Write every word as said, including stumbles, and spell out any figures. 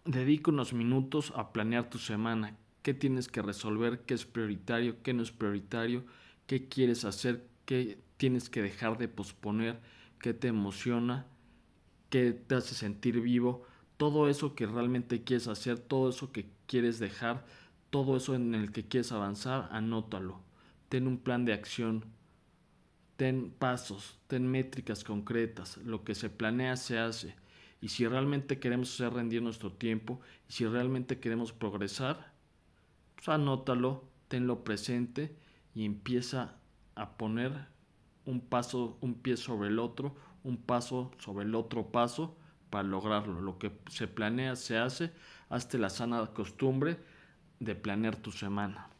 Dedica unos minutos a planear tu semana. ¿Qué tienes que resolver? ¿Qué es prioritario? ¿Qué no es prioritario? ¿Qué quieres hacer? ¿Qué tienes que dejar de posponer? ¿Qué te emociona? ¿Qué te hace sentir vivo? Todo eso que realmente quieres hacer, todo eso que quieres dejar, todo eso en el que quieres avanzar, anótalo. Ten un plan de acción, ten pasos, ten métricas concretas. Lo que se planea se hace. Y si realmente queremos hacer rendir nuestro tiempo, y si realmente queremos progresar, pues anótalo, tenlo presente y empieza a poner un paso, un pie sobre el otro, un paso sobre el otro paso para lograrlo. Lo que se planea se hace. Hazte la sana costumbre de planear tu semana.